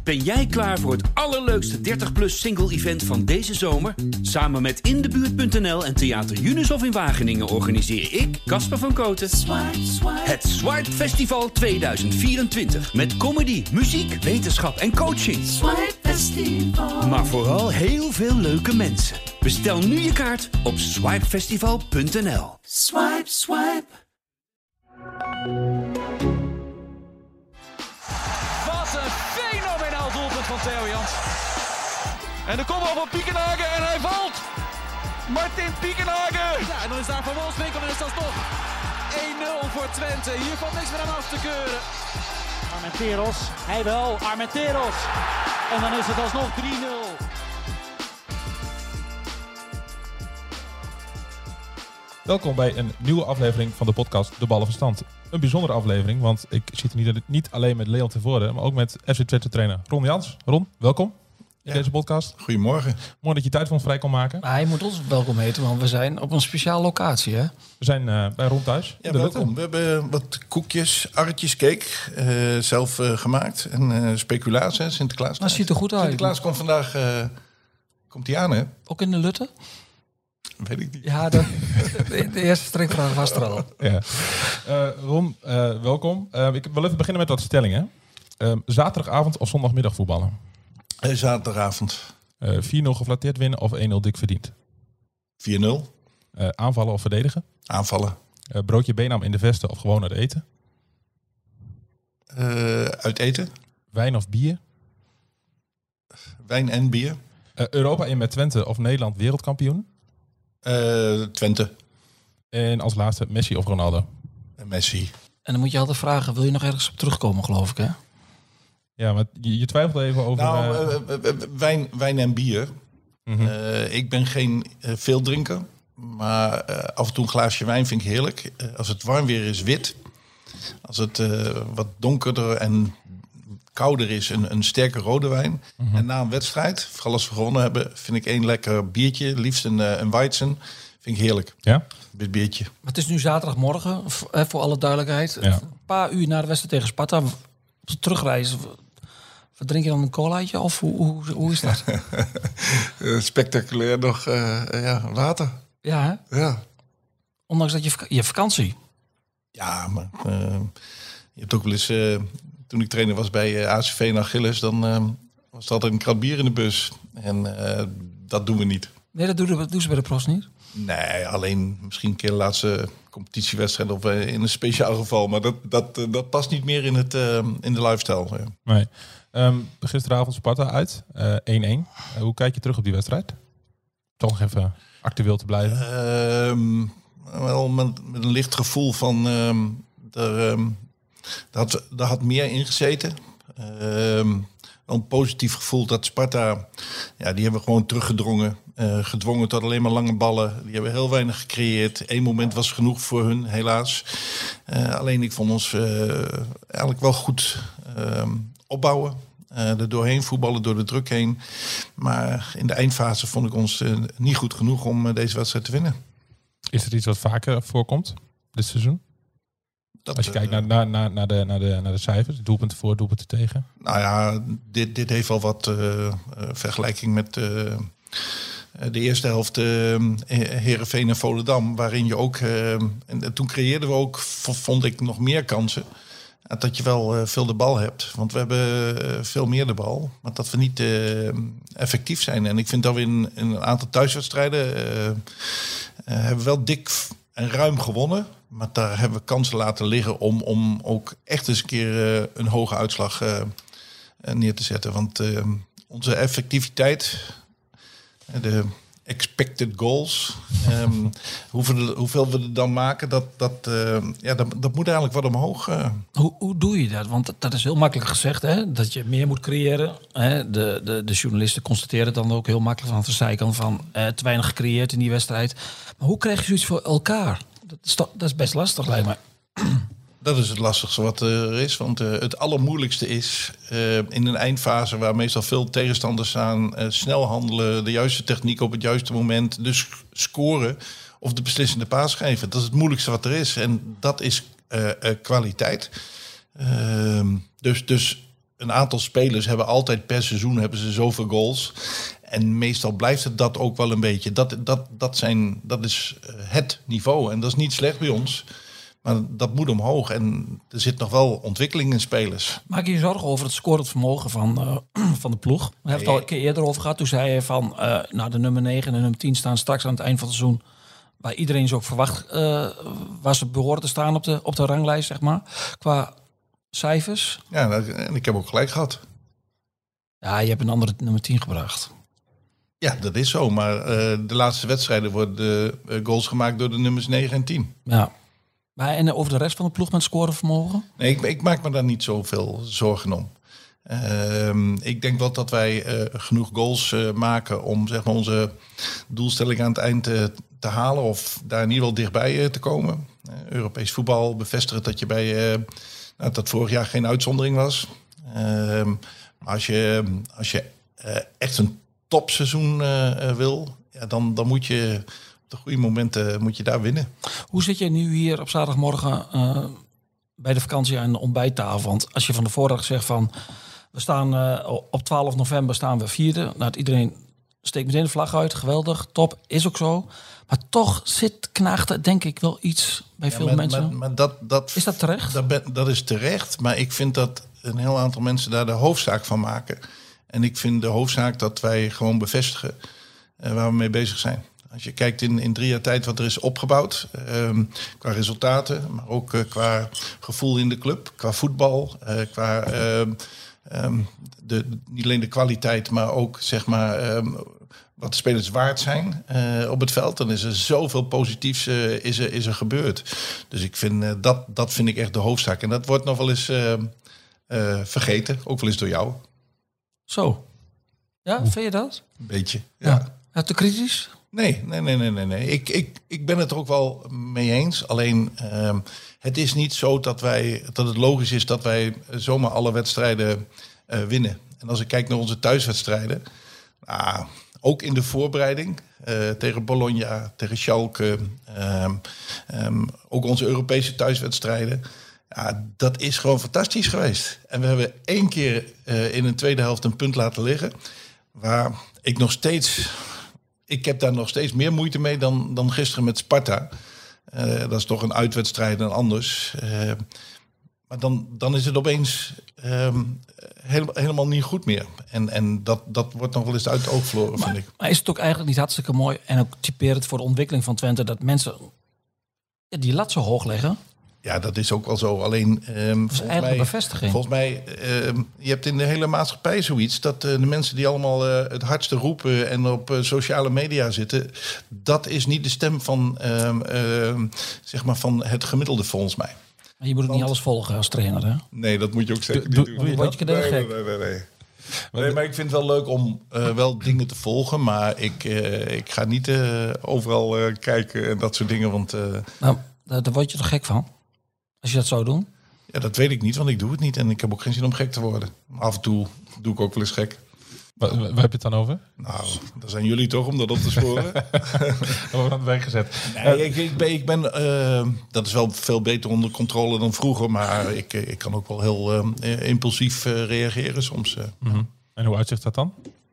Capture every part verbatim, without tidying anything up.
Ben jij klaar voor het allerleukste dertig plus single-event van deze zomer? Samen met In de Buurt punt n l en Theater Unisof in Wageningen organiseer ik, Casper van Koten, Swipe, Swipe. Het Swipe Festival tweeduizend vierentwintig. Met comedy, muziek, wetenschap en coaching. Swipe Festival. Maar vooral heel veel leuke mensen. Bestel nu je kaart op swipe festival punt n l. Swipe, swipe. Wat een fenomenaal doelpunt van Theo Jans. En de kopbal van Piekenhagen en hij valt. Martin Piekenhagen. Ja, en dan is daar Van Wolfswinkel en is dat toch één nul voor Twente. Hier valt niks meer aan af te keuren. Armenteros, hij wel, Armenteros. En dan is het alsnog drie nul. Welkom bij een nieuwe aflevering van de podcast De Ballen Verstand. Een bijzondere aflevering, want ik zit hier niet, niet alleen met Leon Tervoorde, maar ook met F C Twente trainer Ron Jans. Ron, welkom in ja. deze podcast. Goedemorgen. Mooi dat je tijd voor ons vrij kon maken. Maar hij moet ons welkom heten, want we zijn op een speciale locatie, hè? We zijn uh, bij Ron thuis. Ja, welkom. We hebben wat koekjes, arretjes, cake, uh, zelf uh, gemaakt. En uh, speculaas, hè, Sinterklaas. Dat ziet er goed uit. Sinterklaas komt vandaag, uh, komt hij aan, hè? Ook in de Lutte? Weet ik niet. Ja, de, de, de eerste strikvraag was er al. Ja. Uh, Ron, uh, welkom. Uh, ik wil even beginnen met wat stellingen. Uh, zaterdagavond of zondagmiddag voetballen? Uh, zaterdagavond. Uh, vier nul geflatteerd winnen of één nul dik verdiend? vier nul. Uh, aanvallen of verdedigen? Aanvallen. Uh, broodje Benam in de vesten of gewoon uit eten? Uh, uit eten. Wijn of bier? Wijn en bier. Uh, Europa in met Twente of Nederland wereldkampioen? Uh, Twente. En als laatste Messi of Ronaldo? En Messi. En dan moet je altijd vragen, wil je nog ergens op terugkomen, geloof ik, hè? Ja, maar je, je twijfelt even over... Nou, uh, uh, uh, wijn, wijn en bier. Mm-hmm. Uh, ik ben geen uh, veeldrinker. Maar uh, af en toe een glaasje wijn vind ik heerlijk. Uh, als het warm weer is, wit. Als het uh, wat donkerder en kouder is, een, een sterke rode wijn. Mm-hmm. En na een wedstrijd, vooral als we gewonnen hebben, vind ik één lekker biertje. Liefst een, een Weizen. Vind ik heerlijk. Ja? Dit biertje. Maar het is nu zaterdagmorgen, voor alle duidelijkheid. Ja. Een paar uur na de wedstrijd tegen Sparta. Op de terugreis, wat drink je dan, een colaatje? Of hoe, hoe, hoe is dat? Spectaculair nog, uh, ja, water. Ja, hè? Ja. Ondanks dat je, je vakantie. Ja, maar uh, je hebt ook wel eens... Uh, toen ik trainer was bij uh, A C V en Achilles, dan uh, was er altijd een krat bier in de bus. En uh, dat doen we niet. Nee, dat doen, de, dat doen ze bij de pros niet? Nee, alleen misschien een keer de laatste competitiewedstrijd of uh, in een speciaal geval. Maar dat, dat, uh, dat past niet meer in, het, uh, in de lifestyle. Ja. Nee. Um, gisteravond Sparta uit, uh, één één. Uh, hoe kijk je terug op die wedstrijd? Toch nog even actueel te blijven. Uh, wel met, met een licht gevoel van... Uh, er, um, daar, had, daar had meer in gezeten. Uh, een positief gevoel dat Sparta... Ja, die hebben gewoon teruggedrongen. Uh, gedwongen tot alleen maar lange ballen. Die hebben heel weinig gecreëerd. Eén moment was genoeg voor hun, helaas. Uh, alleen ik vond ons uh, eigenlijk wel goed uh, opbouwen. Uh, er doorheen voetballen, door de druk heen. Maar in de eindfase vond ik ons uh, niet goed genoeg om uh, deze wedstrijd te winnen. Is het iets wat vaker voorkomt dit seizoen? Dat, Als je kijkt uh, naar, naar, naar, de, naar, de, naar de cijfers, doelpunten voor, doelpunten tegen. Nou ja, dit, dit heeft wel wat uh, uh, vergelijking met... Uh, De eerste helft uh, Heerenveen en Volendam, waarin je ook... Uh, en toen creëerden we ook, vond ik, nog meer kansen. Dat je wel uh, veel de bal hebt. Want we hebben uh, veel meer de bal. Maar dat we niet uh, effectief zijn. En ik vind dat we in, in een aantal thuiswedstrijden... Uh, uh, hebben we wel dik en ruim gewonnen. Maar daar hebben we kansen laten liggen om, om ook echt eens een keer uh, een hoge uitslag uh, neer te zetten. Want uh, onze effectiviteit... De expected goals. Um, hoeveel, hoeveel we er dan maken, dat, dat, uh, ja, dat, dat moet eigenlijk wat omhoog. Uh. Hoe, hoe doe je dat? Want dat is heel makkelijk gezegd, hè? Dat je meer moet creëren. Hè? De, de, de journalisten constateren dan ook heel makkelijk van de zijkant van uh, te weinig gecreëerd in die wedstrijd. Maar hoe krijg je zoiets voor elkaar? Dat is, toch, dat is best lastig, lijkt mij. Dat is het lastigste wat er is. Want uh, het allermoeilijkste is uh, in een eindfase... waar meestal veel tegenstanders staan... Uh, snel handelen, de juiste techniek op het juiste moment... dus scoren of de beslissende paas geven. Dat is het moeilijkste wat er is. En dat is uh, uh, kwaliteit. Uh, dus, dus een aantal spelers hebben altijd per seizoen hebben ze zoveel goals. En meestal blijft het dat ook wel een beetje. Dat, dat, dat, zijn, dat is het niveau. En dat is niet slecht bij ons. Maar dat moet omhoog. En er zit nog wel ontwikkeling in spelers. Maak je je zorgen over het scorend vermogen van, uh, van de ploeg? We hebben het al een keer eerder over gehad. Toen zei je van uh, nou, de nummer negen en de nummer tien staan straks aan het eind van het seizoen. Waar iedereen zo ook verwacht uh, waar ze behoren te staan op de, op de ranglijst, zeg maar. Qua cijfers. Ja, en ik heb ook gelijk gehad. Ja, je hebt een andere nummer tien gebracht. Ja, dat is zo. Maar uh, de laatste wedstrijden worden uh, goals gemaakt door de nummers negen en tien. Ja. Maar en over de rest van de ploeg met scorevermogen? Nee, ik, ik maak me daar niet zoveel zorgen om. Uh, ik denk wel dat wij uh, genoeg goals uh, maken om zeg maar, onze doelstelling aan het eind uh, te halen. Of daar in ieder geval dichtbij uh, te komen. Uh, Europees voetbal bevestigt dat je bij uh, nou, dat vorig jaar geen uitzondering was. Uh, maar als je, als je uh, echt een topseizoen uh, uh, wil, ja, dan, dan moet je op de goede momenten moet je daar winnen. Hoe zit je nu hier op zaterdagmorgen uh, bij de vakantie aan de ontbijttafel? Want als je van de voordag zegt van we staan uh, op twaalf november staan we vierde. Nou, iedereen steekt meteen de vlag uit. Geweldig, top, is ook zo. Maar toch zit knaagt denk ik wel iets bij ja, veel maar, mensen. Maar, maar dat, dat, is dat terecht? Dat, ben, dat is terecht, maar ik vind dat een heel aantal mensen daar de hoofdzaak van maken. En ik vind de hoofdzaak dat wij gewoon bevestigen uh, waar we mee bezig zijn. Als je kijkt in, in drie jaar tijd wat er is opgebouwd, um, qua resultaten, maar ook uh, qua gevoel in de club, qua voetbal, uh, qua uh, um, de, niet alleen de kwaliteit, maar ook zeg maar um, wat de spelers waard zijn uh, op het veld. Dan is er zoveel positiefs uh, is er, is er gebeurd. Dus ik vind uh, dat, dat vind ik echt de hoofdzaak. En dat wordt nog wel eens uh, uh, vergeten, ook wel eens door jou. Zo. Ja, vind je dat? Een beetje, ja. ja. ja te kritisch? Nee, nee, nee, nee, nee. nee. Ik, ik, ik ben het er ook wel mee eens. Alleen, uh, het is niet zo dat, wij, dat het logisch is dat wij zomaar alle wedstrijden uh, winnen. En als ik kijk naar onze thuiswedstrijden, uh, ook in de voorbereiding uh, tegen Bologna, tegen Schalke, uh, um, ook onze Europese thuiswedstrijden. Ja, dat is gewoon fantastisch geweest. En we hebben één keer uh, in een tweede helft een punt laten liggen, waar ik nog steeds... Ik heb daar nog steeds meer moeite mee dan, dan gisteren met Sparta. Uh, dat is toch een uitwedstrijd en anders. Uh, maar dan, dan is het opeens um, helemaal, helemaal niet goed meer. En, en dat, dat wordt nog wel eens uit het oog verloren, vind ik. Maar is het ook eigenlijk niet hartstikke mooi en ook typerend voor de ontwikkeling van Twente dat mensen ja, die lat zo hoog leggen? Ja, dat is ook wel zo. Alleen, um, dat is eigenlijk een bevestiging. Volgens mij, um, je hebt in de hele maatschappij zoiets dat uh, de mensen die allemaal uh, het hardste roepen en op uh, sociale media zitten, dat is niet de stem van, um, uh, zeg maar van het gemiddelde volgens mij. Maar je moet ook Want, niet alles volgen als trainer, hè? Nee, dat moet je ook zeker doe, niet doen. Doe word je nee, gek? Nee, nee, nee, nee. Nee, maar ik vind het wel leuk om uh, wel dingen te volgen, maar ik, uh, ik ga niet uh, overal uh, kijken en dat soort dingen, want... Uh, nou, daar, daar word je toch gek van? Als je dat zou doen? Ja, dat weet ik niet, want ik doe het niet. En ik heb ook geen zin om gek te worden. Maar af en toe doe ik ook wel eens gek. Waar, waar heb je het dan over? Nou, daar zijn jullie toch om dat op te sporen. We hebben het weggezet. Nee, ik, ik ben, ik ben uh, dat is wel veel beter onder controle dan vroeger. Maar ik, ik kan ook wel heel uh, impulsief uh, reageren soms. Uh. Mm-hmm. En hoe uitzicht dat dan?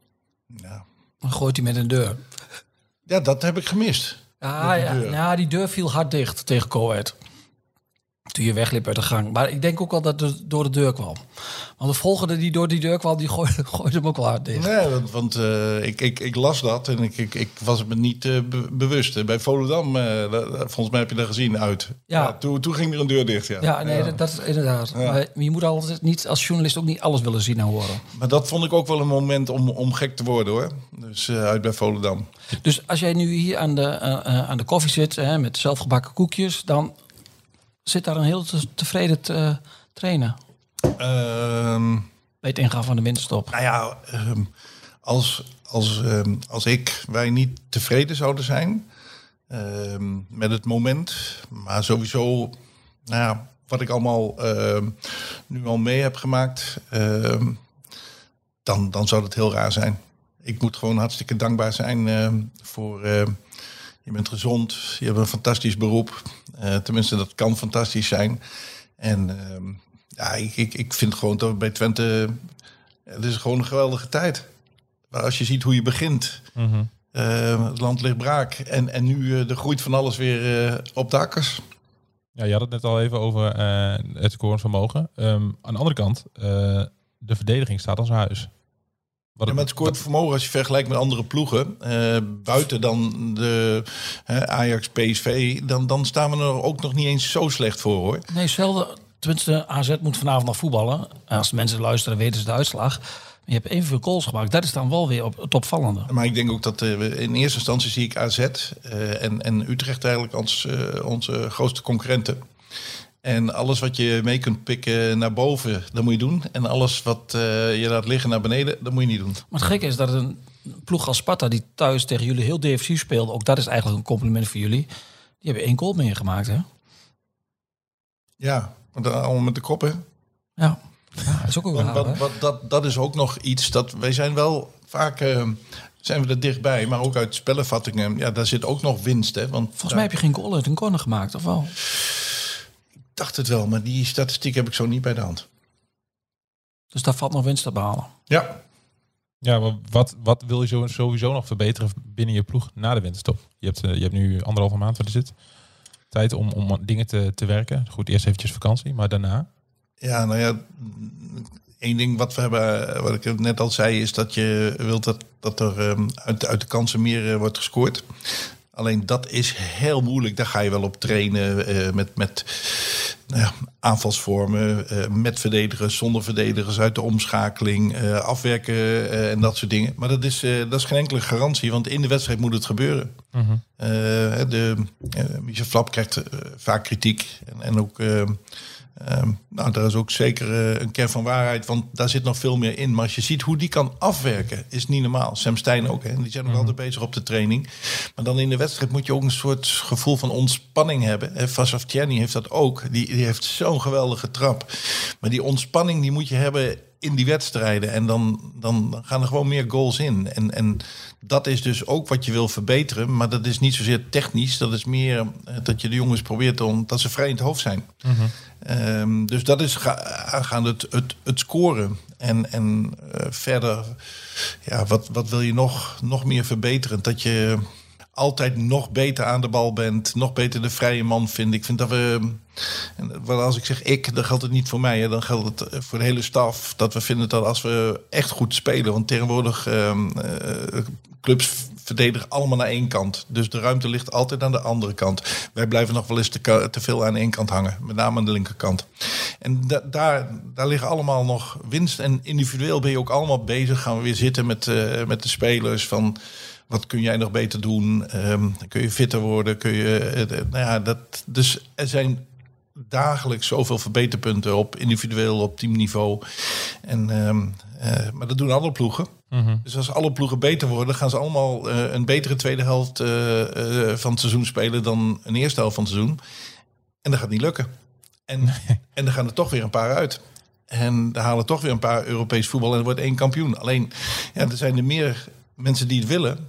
Ja. Dan gooit hij met een deur. Ja, dat heb ik gemist. Ah, ja, ja, die deur viel hard dicht tegen Coët. Toen je wegliep uit de gang. Maar ik denk ook wel dat het door de deur kwam. Want de volgende die door die deur kwam, die gooide, gooide hem ook wel hard dicht. Nee, want, want uh, ik, ik, ik las dat en ik, ik, ik was het me niet uh, be- bewust. Bij Volendam, uh, dat, volgens mij heb je dat gezien, uit. Ja. Ja, toen, toen ging er een deur dicht, ja. Ja, nee, ja. Dat, dat is inderdaad. Ja. Maar je moet altijd niet als journalist ook niet alles willen zien en horen. Maar dat vond ik ook wel een moment om, om gek te worden, hoor. Dus uh, uit bij Volendam. Dus als jij nu hier aan de, uh, uh, aan de koffie zit, hè, met zelfgebakken koekjes, dan zit daar een heel te, tevreden te, uh, trainer. Um, bij het ingaan van de winterstop. Nou ja, um, als, als, um, als ik, wij niet tevreden zouden zijn um, met het moment, maar sowieso, nou ja, wat ik allemaal um, nu al mee heb gemaakt, um, dan, dan zou dat heel raar zijn. Ik moet gewoon hartstikke dankbaar zijn um, voor... Um, je bent gezond, je hebt een fantastisch beroep. Uh, tenminste, dat kan fantastisch zijn. En uh, Ja, ik, ik, ik vind gewoon dat we bij Twente... Het is gewoon een geweldige tijd. Maar als je ziet hoe je begint... Mm-hmm. Uh, het land ligt braak. En, en nu uh, er groeit van alles weer uh, op de akkers. Ja, je had het net al even over uh, het scorend vermogen. Um, aan de andere kant, uh, de verdediging staat als huis. Wat ja, maar het scorend vermogen, als je vergelijkt met andere ploegen... Uh, buiten dan de uh, Ajax, P S V... Dan, dan staan we er ook nog niet eens zo slecht voor, hoor. Nee, zelden. Tenminste, A Z moet vanavond nog voetballen. Als mensen luisteren, weten ze de uitslag... Je hebt evenveel goals gemaakt. Dat is dan wel weer op het opvallende. Maar ik denk ook dat uh, in eerste instantie zie ik A Z uh, en, en Utrecht eigenlijk als uh, onze grootste concurrenten. En alles wat je mee kunt pikken naar boven, dat moet je doen. En alles wat uh, je laat liggen naar beneden, dat moet je niet doen. Maar het gekke is dat een ploeg als Sparta, die thuis tegen jullie heel defensief speelde... ook dat is eigenlijk een compliment voor jullie. Die hebben één goal meer gemaakt, hè? Ja, maar dan allemaal met de koppen. Ja. Ja, dat is ook wel wat, wat, dat, dat is ook nog iets dat wij zijn wel vaak uh, zijn we er dichtbij, maar ook uit spellenvattingen. Ja, daar zit ook nog winst, hè? Want volgens mij heb je geen goal uit een corner gemaakt, of wel? Ik dacht het wel, maar die statistiek heb ik zo niet bij de hand. Dus daar valt nog winst te behalen. Ja. Ja, maar wat, wat wil je sowieso nog verbeteren binnen je ploeg na de winterstop? Je hebt, uh, je hebt nu anderhalve maand wat is het? Tijd om, om dingen te, te werken. Goed, eerst eventjes vakantie, maar daarna. Ja, nou ja, één ding wat we hebben, wat ik net al zei, is dat je wilt dat, dat er um, uit, uit de kansen meer uh, wordt gescoord. Alleen dat is heel moeilijk. Daar ga je wel op trainen uh, met, met nou ja, aanvalsvormen, uh, met verdedigers, zonder verdedigers, uit de omschakeling, uh, afwerken uh, en dat soort dingen. Maar dat is, uh, dat is geen enkele garantie, want in de wedstrijd moet het gebeuren. Mm-hmm. Uh, de, uh, Michel Flap krijgt uh, vaak kritiek en, en ook... Uh, Um, nou, daar is ook zeker uh, een kern van waarheid, want daar zit nog veel meer in. Maar als je ziet hoe die kan afwerken, is niet normaal. Sam Stein ook, hè? Die zijn nog mm-hmm. altijd bezig op de training. Maar dan in de wedstrijd moet je ook een soort gevoel van ontspanning hebben. Vasav Tjerni heeft dat ook. Die, die heeft zo'n geweldige trap. Maar die ontspanning die moet je hebben in die wedstrijden. En dan, dan gaan er gewoon meer goals in. En, en dat is dus ook wat je wil verbeteren. Maar dat is niet zozeer technisch. Dat is meer dat je de jongens probeert om dat ze vrij in het hoofd zijn. Mm-hmm. Um, dus dat is aangaande het, het, het scoren. En, en uh, verder, ja, wat, wat wil je nog, nog meer verbeteren? Dat je altijd nog beter aan de bal bent. Nog beter de vrije man vindt. Ik vind dat we... En als ik zeg ik, dan geldt het niet voor mij. Hè, dan geldt het voor de hele staf. Dat we vinden dat als we echt goed spelen... Want tegenwoordig um, uh, clubs verdedigen allemaal naar één kant. Dus de ruimte ligt altijd aan de andere kant. Wij blijven nog wel eens te, te veel aan één kant hangen. Met name aan de linkerkant. En da, daar, daar liggen allemaal nog winst. En individueel ben je ook allemaal bezig. Gaan we weer zitten met, uh, met de spelers van... Wat kun jij nog beter doen? Um, kun je fitter worden? Kun je, uh, nou ja, dat, dus er zijn dagelijks zoveel verbeterpunten op individueel, op teamniveau. En, um, uh, maar dat doen alle ploegen. Mm-hmm. Dus als alle ploegen beter worden, gaan ze allemaal uh, een betere tweede helft uh, uh, van het seizoen spelen dan een eerste helft van het seizoen. En dat gaat niet lukken. En, nee. en dan gaan er toch weer een paar uit. En dan halen toch weer een paar Europees voetbal en er wordt één kampioen. Alleen, ja, er zijn er meer mensen die het willen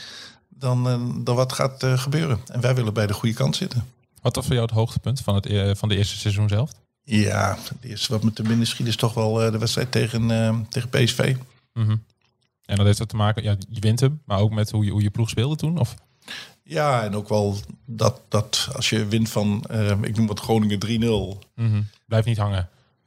dan, dan wat gaat uh, gebeuren. En wij willen bij de goede kant zitten. Wat was voor jou het hoogtepunt van, het, uh, van de eerste seizoen zelf? Ja, het eerste wat me te binnen schiet is toch wel uh, de wedstrijd tegen, uh, tegen P S V. Mm-hmm. En dat heeft dat te maken, ja, je wint hem, maar ook met hoe je, hoe je ploeg speelde toen? Of? Ja, en ook wel dat, dat als je wint van, uh, ik noem het Groningen drie nul. Mm-hmm. Blijf niet hangen.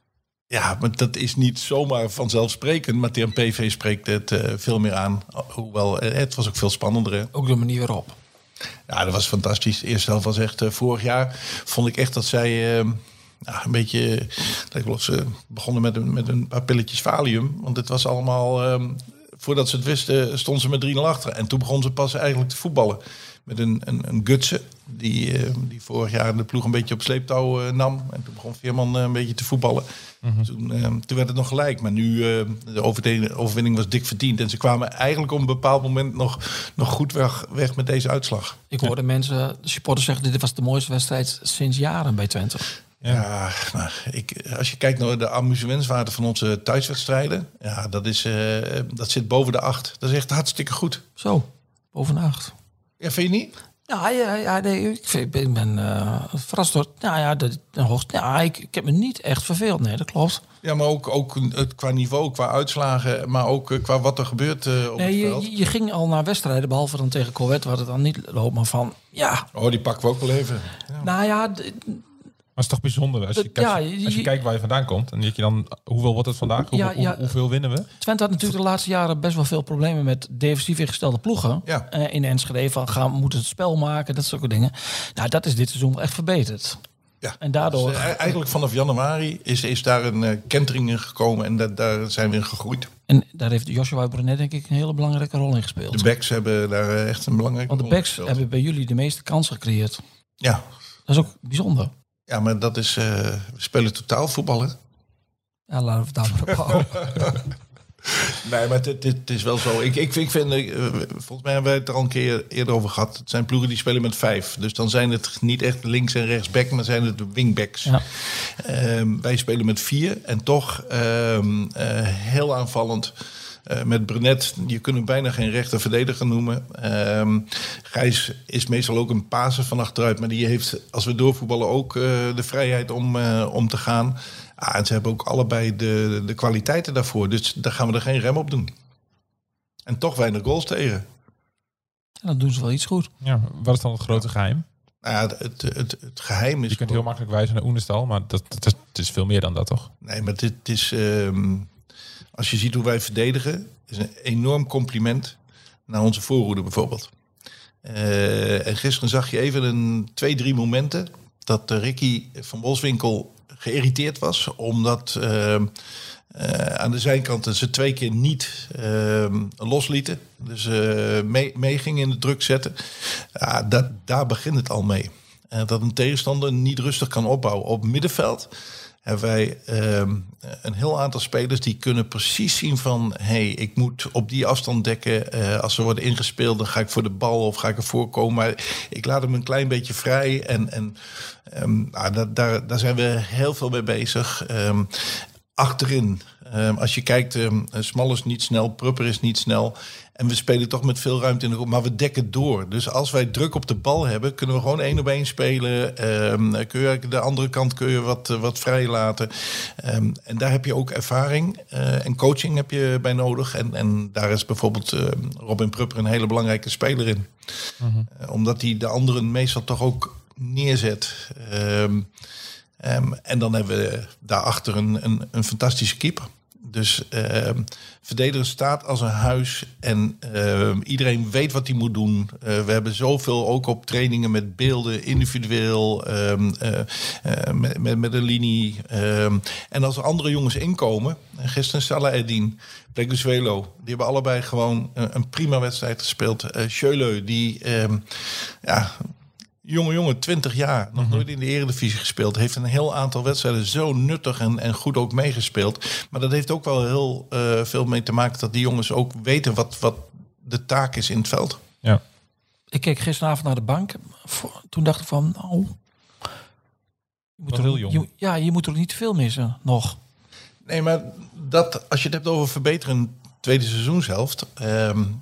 Ja, maar dat is niet zomaar vanzelfsprekend. Maar tegen P V spreekt het uh, veel meer aan. Hoewel, uh, het was ook veel spannender. Hè? Ook de manier waarop. Ja, dat was fantastisch. De eerste helft was echt... Uh, vorig jaar vond ik echt dat zij... Uh, nou, een beetje... Uh, lijkt wel of ze begonnen met een, met een paar pilletjes Valium. Want het was allemaal... Uh, voordat ze het wisten, stonden ze met drie nul achter. En toen begon ze pas eigenlijk te voetballen. Met een, een, een Gutsen, die, uh, die vorig jaar de ploeg een beetje op sleeptouw uh, nam. En toen begon Veerman uh, een beetje te voetballen. Mm-hmm. Toen, uh, toen werd het nog gelijk. Maar nu, uh, de overwinning was dik verdiend. En ze kwamen eigenlijk op een bepaald moment nog, nog goed weg, weg met deze uitslag. Ik hoorde ja. mensen, de supporters zeggen, dit was de mooiste wedstrijd sinds jaren bij Twente. Ja, ja nou, ik, als je kijkt naar de amusementswaarde van onze thuiswedstrijden. Ja, dat, is, uh, dat zit boven de acht. Dat is echt hartstikke goed. Zo, boven de acht. Ja, vind je niet? Ja, ja, ja nee, ik, vind, ik ben uh, verrast door... Nou ja, de, de hoogst, ja ik, ik heb me niet echt verveeld. Nee, dat klopt. Ja, maar ook, ook qua niveau, qua uitslagen, maar ook qua wat er gebeurt uh, op nee, het veld. Je, je ging al naar wedstrijden, behalve dan tegen Corvette, waar het dan niet loopt, maar van, ja... Oh, die pakken we ook wel even. Ja. Nou ja... D- Maar het is toch bijzonder als je, kijkt, ja, je, als je kijkt waar je vandaan komt. En dat je dan, hoeveel wordt het vandaag? Hoeveel, ja, ja. Hoe, hoeveel winnen we? Twente had natuurlijk de laatste jaren best wel veel problemen met defensief ingestelde ploegen. Ja. Uh, in Enschede van gaan we moeten het spel maken, dat soort dingen. Nou, dat is dit seizoen echt verbeterd. Ja. En daardoor... Dus, uh, eigenlijk vanaf januari is, is daar een uh, kentering in gekomen en dat, daar zijn we in gegroeid. En daar heeft Joshua Brunet denk ik een hele belangrijke rol in gespeeld. De backs hebben daar uh, echt een belangrijke Want rol de backs gespeeld. hebben bij jullie de meeste kansen gecreëerd. Ja. Dat is ook bijzonder. Ja, maar dat is... Uh, we spelen totaal voetbal, hè? Ja, laten we het daar maar op houden. Nee, maar het, het is wel zo. Ik, ik, ik vind, uh, volgens mij hebben we het er al een keer eerder over gehad. Het zijn ploegen die spelen met vijf. Dus dan zijn het niet echt links- en rechtsback, maar zijn het de wingbacks. Ja. Um, wij spelen met vier en toch um, uh, heel aanvallend. Uh, met Brunet, je kunt hem bijna geen rechter verdediger noemen. Um, Gijs is meestal ook een paser van achteruit. Maar die heeft, als we doorvoetballen, ook uh, de vrijheid om, uh, om te gaan. Ah, en ze hebben ook allebei de, de kwaliteiten daarvoor. Dus daar gaan we er geen rem op doen. En toch weinig goals tegen. En dan doen ze wel iets goed. Ja, wat is dan het grote geheim? Nou ja, het, het, het, het geheim is... Je kunt heel makkelijk wijzen naar Oenestal, maar dat, dat is, het is veel meer dan dat, toch? Nee, maar dit is... Um, als je ziet hoe wij verdedigen, is een enorm compliment naar onze voorhoede bijvoorbeeld. Uh, en gisteren zag je even een twee, drie momenten dat Ricky van Wolfswinkel geïrriteerd was, omdat uh, uh, aan de zijkanten ze twee keer niet uh, loslieten. Dus uh, mee, mee gingen in de druk zetten. Ja, dat, daar begint het al mee. Uh, dat een tegenstander niet rustig kan opbouwen. Op middenveld hebben wij uh, een heel aantal spelers die kunnen precies zien van... hey, ik moet op die afstand dekken. Uh, als ze worden ingespeeld, dan ga ik voor de bal of ga ik ervoor komen. Maar ik laat hem een klein beetje vrij. En, en um, nou, dat, daar, daar zijn we heel veel mee bezig. Um, achterin, um, als je kijkt, um, Smal is niet snel, Prupper is niet snel... En we spelen toch met veel ruimte in de groep, maar we dekken door. Dus als wij druk op de bal hebben, kunnen we gewoon één op één spelen. Um, kun je de andere kant kun je wat, wat vrij laten. Um, en daar heb je ook ervaring uh, en coaching heb je bij nodig. En, en daar is bijvoorbeeld uh, Robin Prupper een hele belangrijke speler in. Mm-hmm. Uh, omdat hij de anderen meestal toch ook neerzet. Um, um, en dan hebben we daarachter een, een, een fantastische keeper. Dus uh, verdedigen staat als een huis en uh, iedereen weet wat hij moet doen. Uh, we hebben zoveel ook op trainingen met beelden, individueel, um, uh, uh, met, met, met een linie. Um, en als er andere jongens inkomen, gisteren Salah Eddin, Pleguzuelo, die hebben allebei gewoon een, een prima wedstrijd gespeeld. Uh, Schöle, die... Um, ja, Jonge jongen, twintig jaar, nog nooit in de Eredivisie gespeeld. Heeft een heel aantal wedstrijden zo nuttig en, en goed ook meegespeeld. Maar dat heeft ook wel heel uh, veel mee te maken dat die jongens ook weten wat, wat de taak is in het veld. Ja. Ik keek gisteravond naar de bank. Toen dacht ik van, nou... Je moet er, heel jong. Je, ja, je moet er niet veel missen, nog. Nee, maar dat, als je het hebt over verbeteren tweede seizoenshelft. Um,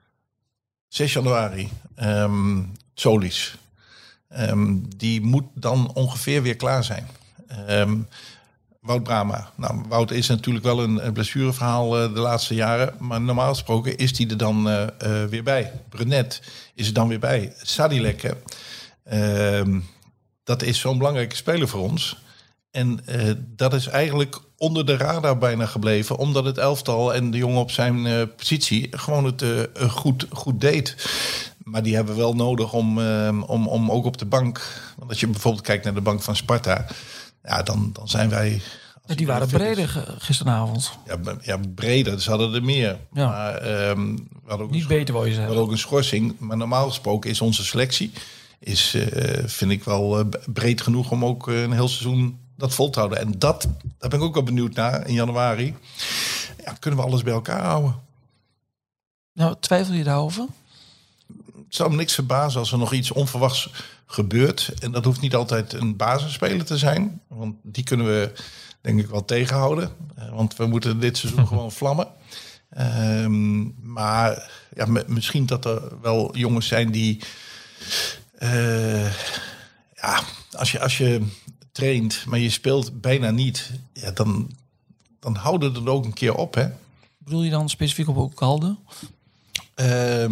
zes januari, um, Solis. Um, die moet dan ongeveer weer klaar zijn. Um, Wout Brama. Nou, Wout is natuurlijk wel een, een blessureverhaal uh, de laatste jaren. Maar normaal gesproken is die er dan uh, uh, weer bij. Brunet is er dan weer bij. Sadilek. Um, dat is zo'n belangrijke speler voor ons. En uh, dat is eigenlijk onder de radar bijna gebleven. Omdat het elftal en de jongen op zijn uh, positie gewoon het uh, goed, goed deed. Maar die hebben we wel nodig om, uh, om, om ook op de bank... Want als je bijvoorbeeld kijkt naar de bank van Sparta... Ja, dan, dan zijn wij... Ja, die waren breder gisteravond. Ja, ja, breder. Ze hadden er meer. Ja. Maar, um, we hadden ook niet een beter wil je zeggen. We hadden ook een schorsing. Maar normaal gesproken is onze selectie... is uh, vind ik wel uh, breed genoeg om ook uh, een heel seizoen dat vol te houden. En dat, daar ben ik ook wel benieuwd naar in januari. Ja, kunnen we alles bij elkaar houden? Nou, twijfel je daarover? Het zou me niks verbazen als er nog iets onverwachts gebeurt. En dat hoeft niet altijd een basisspeler te zijn. Want die kunnen we denk ik wel tegenhouden. Want we moeten dit seizoen gewoon vlammen. Um, maar ja, m- misschien dat er wel jongens zijn die Uh, ja, als je, als je traint, maar je speelt bijna niet, ja, dan, dan houden het ook een keer op, hè? Bedoel je dan specifiek op Ugalde? Uh,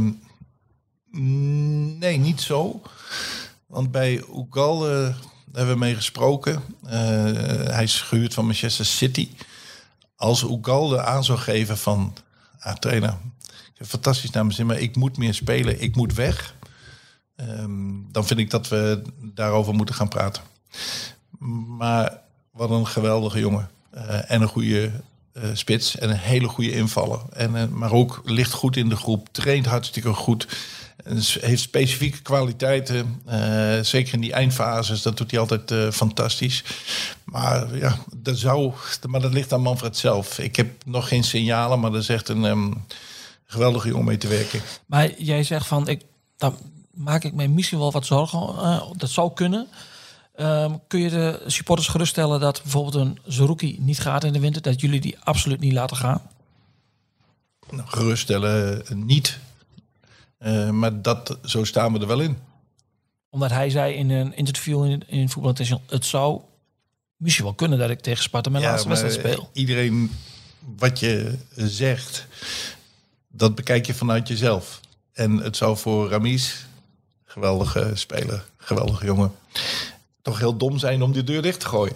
nee, niet zo. Want bij Ugalde hebben we mee gesproken. Uh, hij is gehuurd van Manchester City. Als Ugalde aan zou geven van... Ah, trainer, ik heb fantastisch naar mijn zin, maar ik moet meer spelen. Ik moet weg. Um, dan vind ik dat we daarover moeten gaan praten. Maar wat een geweldige jongen. Uh, en een goede uh, spits. En een hele goede invaller. En, uh, maar ook ligt goed in de groep. Traint hartstikke goed. Heeft specifieke kwaliteiten. Uh, zeker in die eindfases. Dat doet hij altijd uh, fantastisch. Maar ja, dat zou... Maar dat ligt aan Manfred zelf. Ik heb nog geen signalen. Maar dat is echt een um, geweldige jongen om mee te werken. Maar jij zegt van... Ik, dan maak ik mij misschien wel wat zorgen. Uh, dat zou kunnen. Um, kun je de supporters geruststellen dat bijvoorbeeld een Zerouki niet gaat in de winter? Dat jullie die absoluut niet laten gaan? Nou, geruststellen uh, niet. Uh, maar dat, zo staan we er wel in. Omdat hij zei in een interview in, in Voetbal International... het zou misschien wel kunnen dat ik tegen Sparta mijn ja, laatste wedstrijd speel. Iedereen wat je zegt, dat bekijk je vanuit jezelf. En het zou voor Ramis, geweldige speler, geweldige jongen... toch heel dom zijn om die deur dicht te gooien.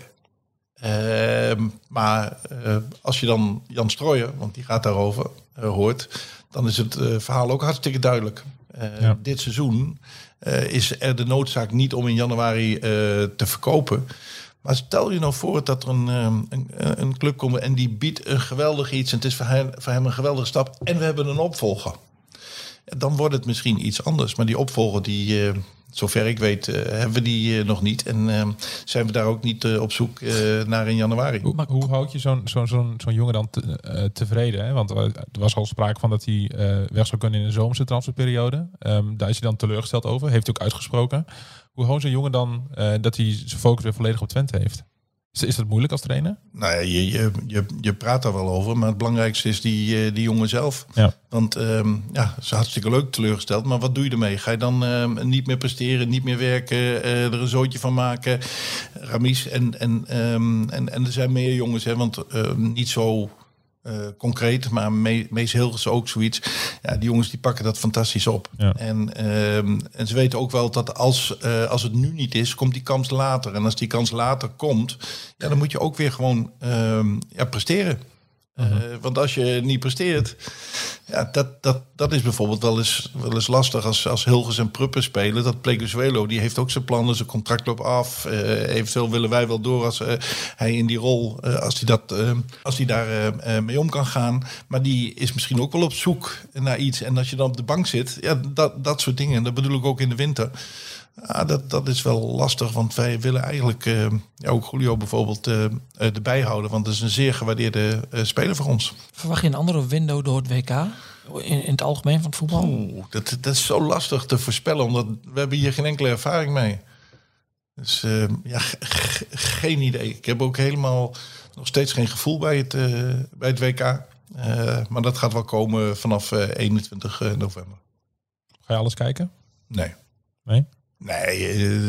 Uh, maar uh, als je dan Jan Strooijer, want die gaat daarover, uh, hoort... dan is het uh, verhaal ook hartstikke duidelijk. Uh, ja. Dit seizoen uh, is er de noodzaak niet om in januari uh, te verkopen. Maar stel je nou voor dat er een, um, een, een club komt... en die biedt een geweldig iets... en het is voor hem, voor hem een geweldige stap... en we hebben een opvolger. Dan wordt het misschien iets anders. Maar die opvolger, die, uh, zover ik weet, uh, hebben we die uh, nog niet. En uh, zijn we daar ook niet uh, op zoek uh, naar in januari. Hoe, hoe houd je zo'n, zo'n, zo'n, zo'n jongen dan te, uh, tevreden? Hè? Want uh, er was al sprake van dat hij uh, weg zou kunnen in de zomerse transferperiode. Um, daar is hij dan teleurgesteld over. Heeft hij ook uitgesproken. Hoe houdt zo'n jongen dan uh, dat hij zijn focus weer volledig op Twente heeft? Is, is dat moeilijk als trainer? Nou ja, je, je, je, je praat daar wel over. Maar het belangrijkste is die, die jongen zelf. Ja. Want um, ja, ze is hartstikke leuk teleurgesteld. Maar wat doe je ermee? Ga je dan um, niet meer presteren, niet meer werken, uh, er een zootje van maken? Ramis en, en, um, en, en er zijn meer jongens. Hè, want uh, niet zo... Uh, concreet, maar Me- Mees Hilgers ook zoiets. Ja, die jongens die pakken dat fantastisch op. Ja. En, uh, en ze weten ook wel dat als, uh, als het nu niet is, komt die kans later. En als die kans later komt, ja, dan moet je ook weer gewoon uh, ja, presteren. Uh-huh. Uh, want als je niet presteert, ja, dat, dat, dat is bijvoorbeeld wel eens, wel eens lastig als, als Hilgers en Pruppen spelen. Dat Pleguezuelo, die heeft ook zijn plannen, zijn contract loopt af. Uh, eventueel willen wij wel door als uh, hij in die rol, uh, als hij dat, uh, als hij daar uh, mee om kan gaan. Maar die is misschien ook wel op zoek naar iets. En als je dan op de bank zit, ja, dat, dat soort dingen. En dat bedoel ik ook in de winter. Ja, dat, dat is wel lastig, want wij willen eigenlijk uh, ja, ook Julio bijvoorbeeld uh, erbij houden. Want dat is een zeer gewaardeerde uh, speler voor ons. Verwacht je een andere window door het W K? In, in het algemeen van het voetbal? Oeh, dat, dat is zo lastig te voorspellen, omdat we hebben hier geen enkele ervaring mee. Dus uh, ja, g- g- geen idee. Ik heb ook helemaal nog steeds geen gevoel bij het, uh, bij het W K. Uh, maar dat gaat wel komen vanaf uh, eenentwintig november. Ga je alles kijken? Nee. Nee? Nee, uh,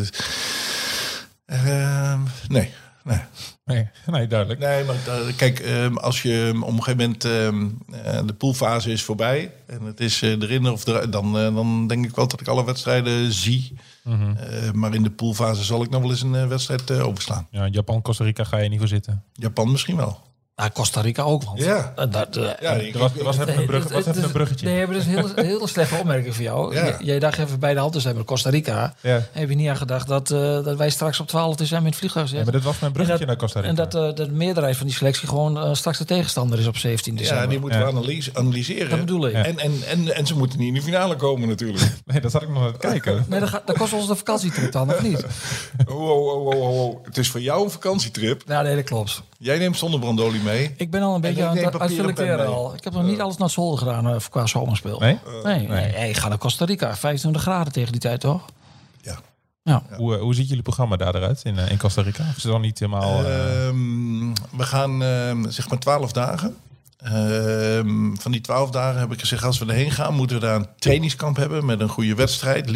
uh, nee, nee. Nee, nee, duidelijk. Nee, maar uh, kijk, uh, als je um, op een gegeven moment uh, de poolfase is voorbij en het is uh, erin of er, dan, uh, dan denk ik wel dat ik alle wedstrijden zie. Mm-hmm. Uh, maar in de poolfase zal ik nog wel eens een uh, wedstrijd uh, overslaan. Ja, Japan, Costa Rica ga je niet voor zitten. Japan misschien wel. Nou, Costa Rica ook, want ja. Uh, dat, uh, ja, er was, was even een, brug, was even een bruggetje. Nee, maar dat is een heel, heel slechte opmerking voor jou. Ja. Jij dacht even bij de hand te zijn met Costa Rica. Ja. Heb je niet aan gedacht dat, uh, dat wij straks op twaalf december in het vliegtuig zitten? Ja, maar dit was mijn bruggetje dat, naar Costa Rica. En dat uh, de meerderheid van die selectie gewoon uh, straks de tegenstander is op zeventien december. Ja, die moeten ja. we analyse, analyseren. Dat bedoel ik. Ja. En, en, en, en ze moeten niet in de finale komen natuurlijk. Nee, dat zat ik nog aan het kijken. Nee, dat, gaat, dat kost ons de vakantietrip dan, of niet? Oh, oh, oh, oh, oh. Het is voor jou een vakantietrip. Ja, nee, dat klopt. Jij neemt zonnebrandolie mee. Ik ben al een beetje aan het selecteren al. Ik heb nog niet alles naar Zolder gedaan uh, qua zomerspeel. Nee? Uh, nee, nee. nee. Ik ga naar Costa Rica. vijfentwintig graden tegen die tijd, toch? Ja. Ja. Ja. Hoe, hoe ziet jullie programma daar eruit in, uh, in Costa Rica? Of is het dan niet helemaal... Uh... Um, we gaan uh, zeg maar twaalf dagen. Uh, van die twaalf dagen heb ik gezegd, als we erheen gaan, moeten we daar een trainingskamp hebben met een goede wedstrijd. Liefst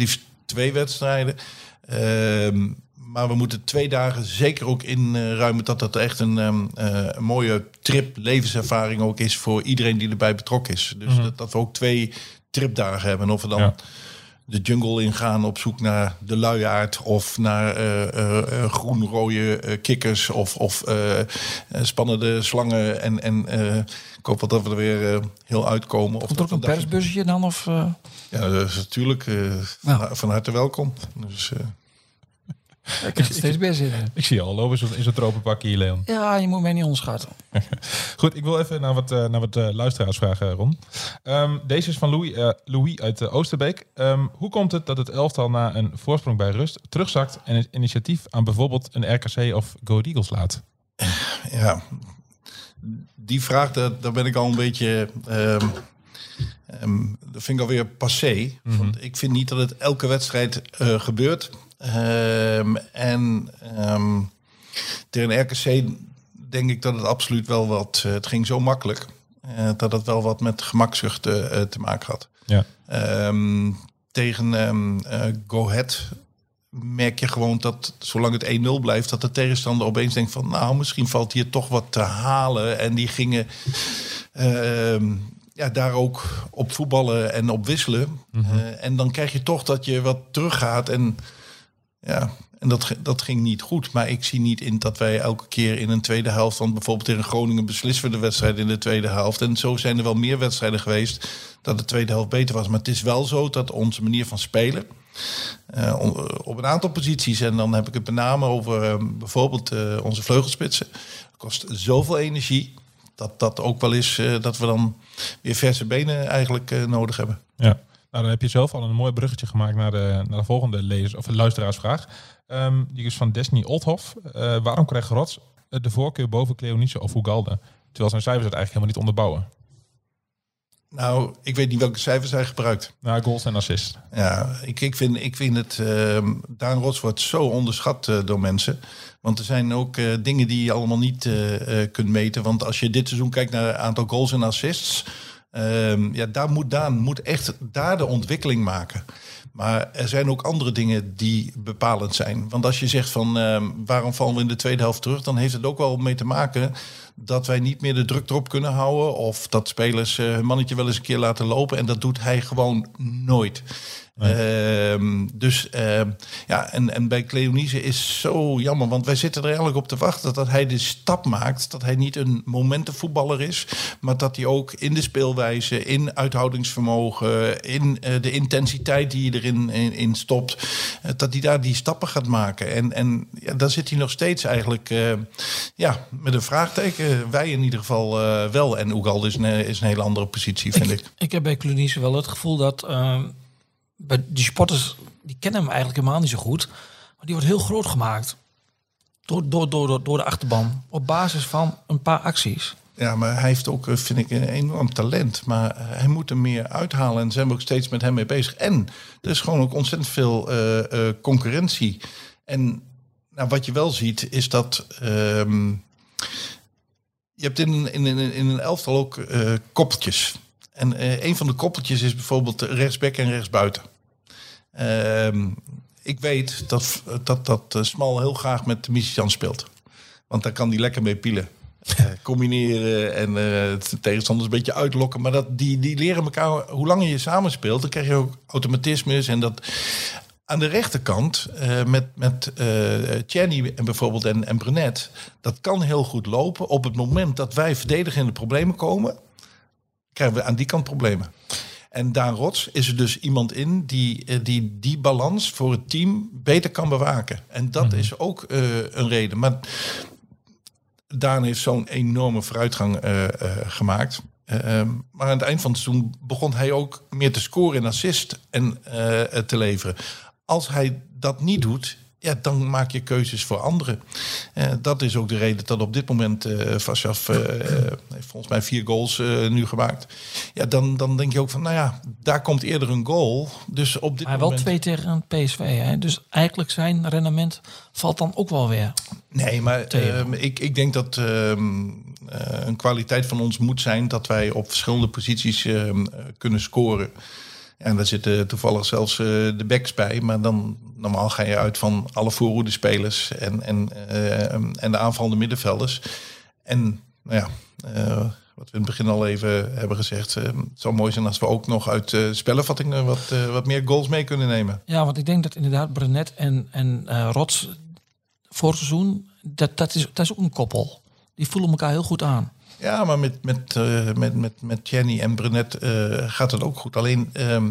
twee wedstrijden. Uh, maar we moeten twee dagen zeker ook inruimen dat dat echt een, um, uh, een mooie trip, levenservaring ook is voor iedereen die erbij betrokken is. Dus mm-hmm. dat, dat we ook twee tripdagen hebben. Of we dan ja. de jungle ingaan op zoek naar de luiaard of naar uh, uh, uh, groen-rode uh, kikkers of, of uh, uh, spannende slangen. En, en uh, ik hoop wel dat we er weer uh, heel uitkomen. Komt er ook een persbusje dan? Of, uh... Ja, dat is natuurlijk uh, ja. van, van harte welkom. Dus... Uh, Ik krijg er steeds meer zin in. Ik zie je al lopen in zo'n tropenpakje hier, Leon. Ja, je moet mij niet onderschatten. Goed, ik wil even naar wat, uh, naar wat uh, luisteraars vragen, Ron. Um, deze is van Louis, uh, Louis uit uh, Oosterbeek. Um, hoe komt het dat het elftal na een voorsprong bij rust terugzakt en het initiatief aan bijvoorbeeld een R K C of Go Ahead Eagles laat? Ja, die vraag, daar, daar ben ik al een beetje... Um, um, dat vind ik alweer passé. Mm-hmm. Want ik vind niet dat het elke wedstrijd uh, gebeurt... Um, en um, tegen R K C denk ik dat het absoluut wel wat... Uh, het ging zo makkelijk uh, dat het wel wat met gemakzucht uh, te maken had. Ja. Um, tegen um, uh, Go Ahead merk je gewoon dat zolang het één nul blijft... dat de tegenstander opeens denkt van... nou, misschien valt hier toch wat te halen. En die gingen... Uh, um, Ja, daar ook op voetballen en op wisselen. Mm-hmm. Uh, en dan krijg je toch dat je wat teruggaat. En ja, en dat, dat ging niet goed. Maar ik zie niet in dat wij elke keer in een tweede helft... want bijvoorbeeld tegen Groningen beslissen we de wedstrijd in de tweede helft. En zo zijn er wel meer wedstrijden geweest dat de tweede helft beter was. Maar het is wel zo dat onze manier van spelen... Uh, op een aantal posities, en dan heb ik het met name over uh, bijvoorbeeld uh, onze vleugelspitsen... kost zoveel energie... dat dat ook wel is uh, dat we dan weer verse benen eigenlijk uh, nodig hebben. Ja, nou dan heb je zelf al een mooi bruggetje gemaakt naar de, naar de volgende lezers, of luisteraarsvraag. Um, die is van Destiny Oldhoff. Uh, waarom krijgt Rots de voorkeur boven Cleonice of Ugalde? Terwijl zijn cijfers het eigenlijk helemaal niet onderbouwen. Nou, ik weet niet welke cijfers hij gebruikt. Nou, goals en assists. Ja, ik, ik, vind, ik vind het... Uh, Daan Rots wordt zo onderschat uh, door mensen. Want er zijn ook uh, dingen die je allemaal niet uh, uh, kunt meten. Want als je dit seizoen kijkt naar het aantal goals en assists... Uh, ja, daar moet Daan moet echt daar de ontwikkeling maken. Maar er zijn ook andere dingen die bepalend zijn. Want als je zegt van uh, waarom vallen we in de tweede helft terug... dan heeft het ook wel mee te maken dat wij niet meer de druk erop kunnen houden... of dat spelers uh, hun mannetje wel eens een keer laten lopen. En dat doet hij gewoon nooit. Nee. Uh, dus uh, ja, en, en bij Cleonice is zo jammer, want wij zitten er eigenlijk op te wachten dat hij de stap maakt, dat hij niet een momentenvoetballer is, maar dat hij ook in de speelwijze, in uithoudingsvermogen, in uh, de intensiteit die je erin in, in stopt, uh, dat hij daar die stappen gaat maken. En, en ja, daar zit hij nog steeds eigenlijk uh, ja, met een vraagteken. Wij in ieder geval uh, wel. En Ugalde is een, is een hele andere positie, vind ik. Ik, ik heb bij Cleonice wel het gevoel dat uh... bij die sporters, die kennen hem eigenlijk helemaal niet zo goed. Maar die wordt heel groot gemaakt. Door, door, door, door de achterban. Op basis van een paar acties. Ja, maar hij heeft ook, vind ik, een enorm talent. Maar hij moet er meer uithalen. En zijn we ook steeds met hem mee bezig. En er is gewoon ook ontzettend veel uh, uh, concurrentie. En nou, wat je wel ziet, is dat... Um, je hebt in, in, in, in een elftal ook uh, koppeltjes. En uh, een van de koppeltjes is bijvoorbeeld rechtsback en rechtsbuiten. Uh, ik weet dat, dat, dat uh, Smal heel graag met Misicjan speelt. Want daar kan hij lekker mee pielen. Uh, combineren en uh, de tegenstanders een beetje uitlokken. Maar dat, die, die leren elkaar, hoe langer je samenspeelt, dan krijg je ook automatismes. En dat aan de rechterkant, uh, met, met uh, Tjerni en bijvoorbeeld en, en Brenet, dat kan heel goed lopen. Op het moment dat wij verdedigen in de problemen komen, krijgen we aan die kant problemen. En Daan Rots is er dus iemand in die die, die balans voor het team beter kan bewaken. En dat mm-hmm. is ook uh, een reden. Maar Daan heeft zo'n enorme vooruitgang uh, uh, gemaakt. Uh, maar aan het eind van het seizoen begon hij ook meer te scoren en assist en uh, te leveren. Als hij dat niet doet, ja, dan maak je keuzes voor anderen. Uh, dat is ook de reden dat op dit moment uh, Vassaf uh, heeft volgens mij vier goals uh, nu gemaakt. Ja, dan, dan denk je ook van, nou ja, daar komt eerder een goal. Dus op dit maar moment... wel twee tegen P S V, hè? Dus eigenlijk zijn rendement valt dan ook wel weer. Nee, maar uh, ik, ik denk dat uh, uh, een kwaliteit van ons moet zijn dat wij op verschillende posities uh, kunnen scoren. En daar zitten toevallig zelfs uh, de backs bij. Maar dan normaal ga je uit van alle voorhoedespelers en, en, uh, en de aanvallende middenvelders. En nou ja, uh, wat we in het begin al even hebben gezegd. Uh, het zou mooi zijn als we ook nog uit uh, spellenvattingen wat, uh, wat meer goals mee kunnen nemen. Ja, want ik denk dat inderdaad Brenet en, en uh, Rots vorig seizoen, dat, dat, is, dat is ook een koppel. Die voelen elkaar heel goed aan. Ja, maar met, met, uh, met, met, met Jenny en Brenet uh, gaat het ook goed. Alleen, um,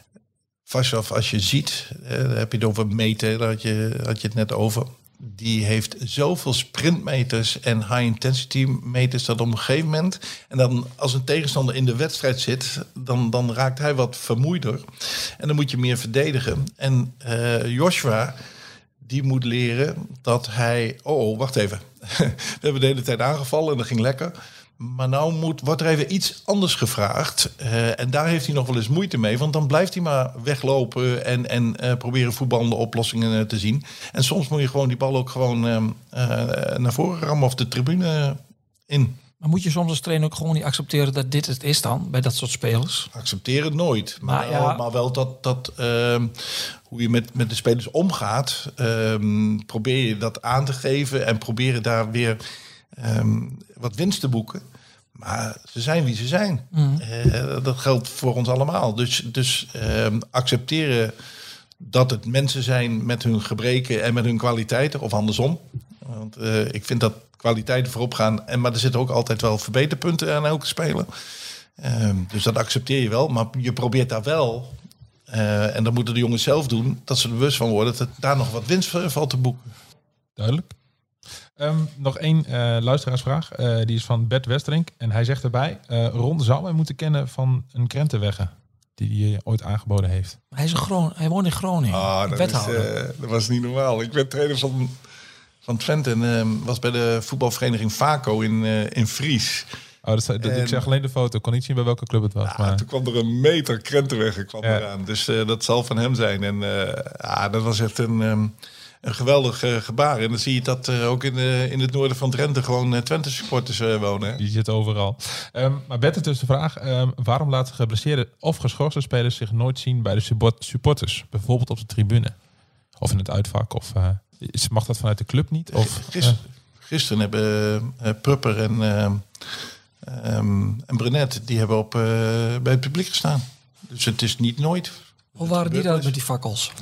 Vaslav, als je ziet, uh, daar heb je het over meten, daar had je, had je het net over. Die heeft zoveel sprintmeters en high-intensity meters dat op een gegeven moment... en dan als een tegenstander in de wedstrijd zit, dan, dan raakt hij wat vermoeider. En dan moet je meer verdedigen. En uh, Joshua, die moet leren dat hij... Oh, oh wacht even. We hebben de hele tijd aangevallen en dat ging lekker. Maar nou moet, wordt er even iets anders gevraagd. Uh, en daar heeft hij nog wel eens moeite mee. Want dan blijft hij maar weglopen en, en uh, proberen voetballende oplossingen uh, te zien. En soms moet je gewoon die bal ook gewoon uh, uh, naar voren rammen of de tribune in. Maar moet je soms als trainer ook gewoon niet accepteren dat dit het is dan, bij dat soort spelers? Accepteer het nooit. Maar, maar, ja. wel, maar wel dat, dat uh, hoe je met, met de spelers omgaat, uh, probeer je dat aan te geven en proberen daar weer um, wat winst te boeken. Maar ze zijn wie ze zijn. Mm. Uh, dat geldt voor ons allemaal. Dus, dus uh, accepteren dat het mensen zijn met hun gebreken en met hun kwaliteiten, of andersom. Want uh, ik vind dat kwaliteiten voorop gaan. En, maar er zitten ook altijd wel verbeterpunten aan elke speler. Uh, dus dat accepteer je wel. Maar je probeert daar wel, uh, en dat moeten de jongens zelf doen, dat ze er bewust van worden dat daar nog wat winst valt te boeken. Duidelijk. Um, nog één uh, luisteraarsvraag. Uh, die is van Bert Westerink. En hij zegt erbij, uh, Ron zou mij moeten kennen van een krentenwegge die hij ooit aangeboden heeft. Hij, is een Groon- hij woont in Groningen. Ah, dat, is, uh, dat was niet normaal. Ik ben trainer van, van Twente en uh, was bij de voetbalvereniging Vaco in, uh, in Fries. Oh, dat, dat, en, ik zeg alleen de foto. Ik kon niet zien bij welke club het was. Ja, maar... Toen kwam er een meter krentenwegge kwam ja. eraan. Dus uh, dat zal van hem zijn. En uh, ja, dat was echt een... Um, Een geweldig uh, gebaar. En dan zie je dat uh, ook in, de, in het noorden van Drenthe gewoon uh, Twente supporters uh, wonen. Hè? Die zitten overal. Um, maar Bert, dus de vraag. Um, waarom laten geblesseerde of geschorste spelers zich nooit zien bij de supporters? Bijvoorbeeld op de tribune. Of in het uitvak. Of, uh, mag dat vanuit de club niet? Of, Gister, uh? Gisteren hebben uh, Prupper en, uh, um, en Brenet, die hebben op, uh, bij het publiek gestaan. Dus het is niet nooit. Hoe waren die dan met die fakkels?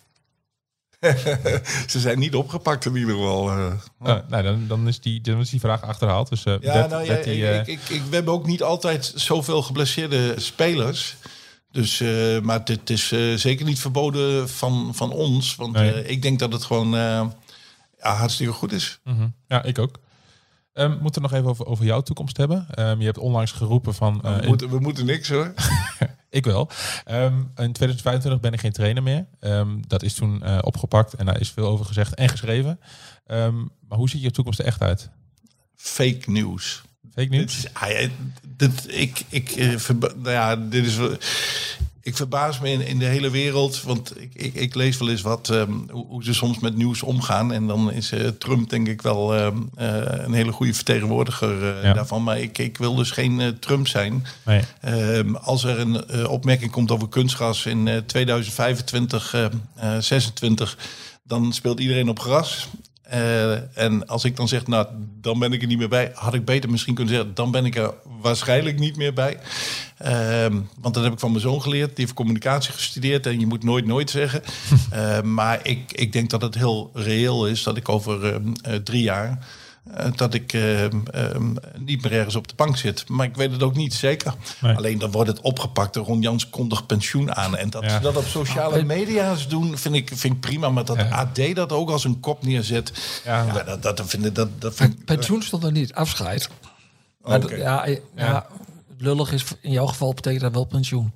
Ze zijn niet opgepakt in ieder geval. Uh. Uh, nou, dan, dan, is die, dan is die vraag achterhaald. Dus, uh, ja, Bert, nou, ja, Bert die, uh... ik, ik, ik, we hebben ook niet altijd zoveel geblesseerde spelers. Dus, uh, maar het is uh, zeker niet verboden van, van ons. Want nee. uh, ik denk dat het gewoon uh, ja, hartstikke goed is. Mm-hmm. Ja, ik ook. Um, we moeten het nog even over, over jouw toekomst hebben. Um, je hebt onlangs geroepen van... Uh, we, moeten, we moeten niks hoor. Ik wel. Um, in tweeduizend vijfentwintig ben ik geen trainer meer. Um, dat is toen uh, opgepakt en daar is veel over gezegd en geschreven. Um, maar hoe ziet je toekomst er echt uit? Fake news. Fake news? Dit, ah, ja, dit, ik, ik, uh, verba- nou ja, dit is... Ik verbaas me in, in de hele wereld, want ik, ik, ik lees wel eens wat, um, hoe, hoe ze soms met nieuws omgaan. En dan is uh, Trump denk ik wel um, uh, een hele goede vertegenwoordiger uh, ja. daarvan. Maar ik, ik wil dus geen uh, Trump zijn. Nee. Um, als er een uh, opmerking komt over kunstgras in uh, tweeduizend vijfentwintig, uh, uh, zesentwintig, dan speelt iedereen op gras. Uh, en als ik dan zeg, nou, dan ben ik er niet meer bij. Had ik beter misschien kunnen zeggen, dan ben ik er waarschijnlijk niet meer bij. Uh, want dat heb ik van mijn zoon geleerd. Die heeft communicatie gestudeerd en je moet nooit nooit zeggen. uh, maar ik, ik denk dat het heel reëel is dat ik over uh, uh, drie jaar... Uh, dat ik uh, uh, niet meer ergens op de bank zit. Maar ik weet het ook niet zeker. Nee. Alleen dan wordt het opgepakt. Ron Jans kondigt pensioen aan. En dat ja. ze dat op sociale media's doen, vind ik, vind ik prima. Maar dat ja. A D dat ook als een kop neerzet. Ja, ja dat, dat, dat vind ik... Dat, dat vind, pensioen stond er niet, afscheid. Maar okay. ja, ja, ja, lullig is, in jouw geval betekent dat wel pensioen.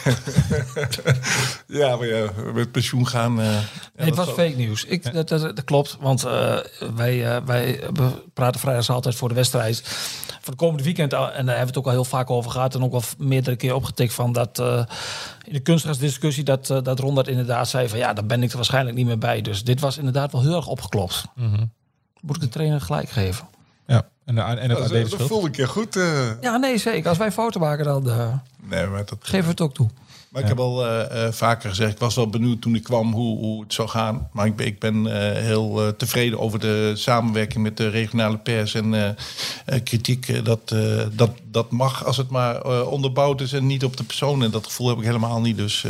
ja, maar ja, met pensioen gaan... Uh, nee, ja, het was zal... fake nieuws. Ik, ja. dat, dat, dat klopt, want uh, wij, uh, wij praten vrijdags altijd voor de wedstrijd. Voor de komende weekend, en daar hebben we het ook al heel vaak over gehad... en ook al meerdere keer opgetikt van dat... Uh, in de kunstgrasdiscussie dat, uh, dat Ron dat inderdaad zei van... ja, daar ben ik er waarschijnlijk niet meer bij. Dus dit was inderdaad wel heel erg opgeklopt. Mm-hmm. Moet ik de trainer gelijk geven. Ja, en, de, en het ja, dat, dat voelde ik je goed. Uh... Ja, nee, zeker. Als wij fouten maken, dan uh, nee, maar dat, geven we het ook toe. Maar ik heb al uh, uh, vaker gezegd, ik was wel benieuwd toen ik kwam hoe, hoe het zou gaan. Maar ik ben, ik ben uh, heel uh, tevreden over de samenwerking met de regionale pers en uh, uh, kritiek. Uh, dat, uh, dat, dat mag als het maar uh, onderbouwd is en niet op de persoon. En dat gevoel heb ik helemaal niet. Dus, uh...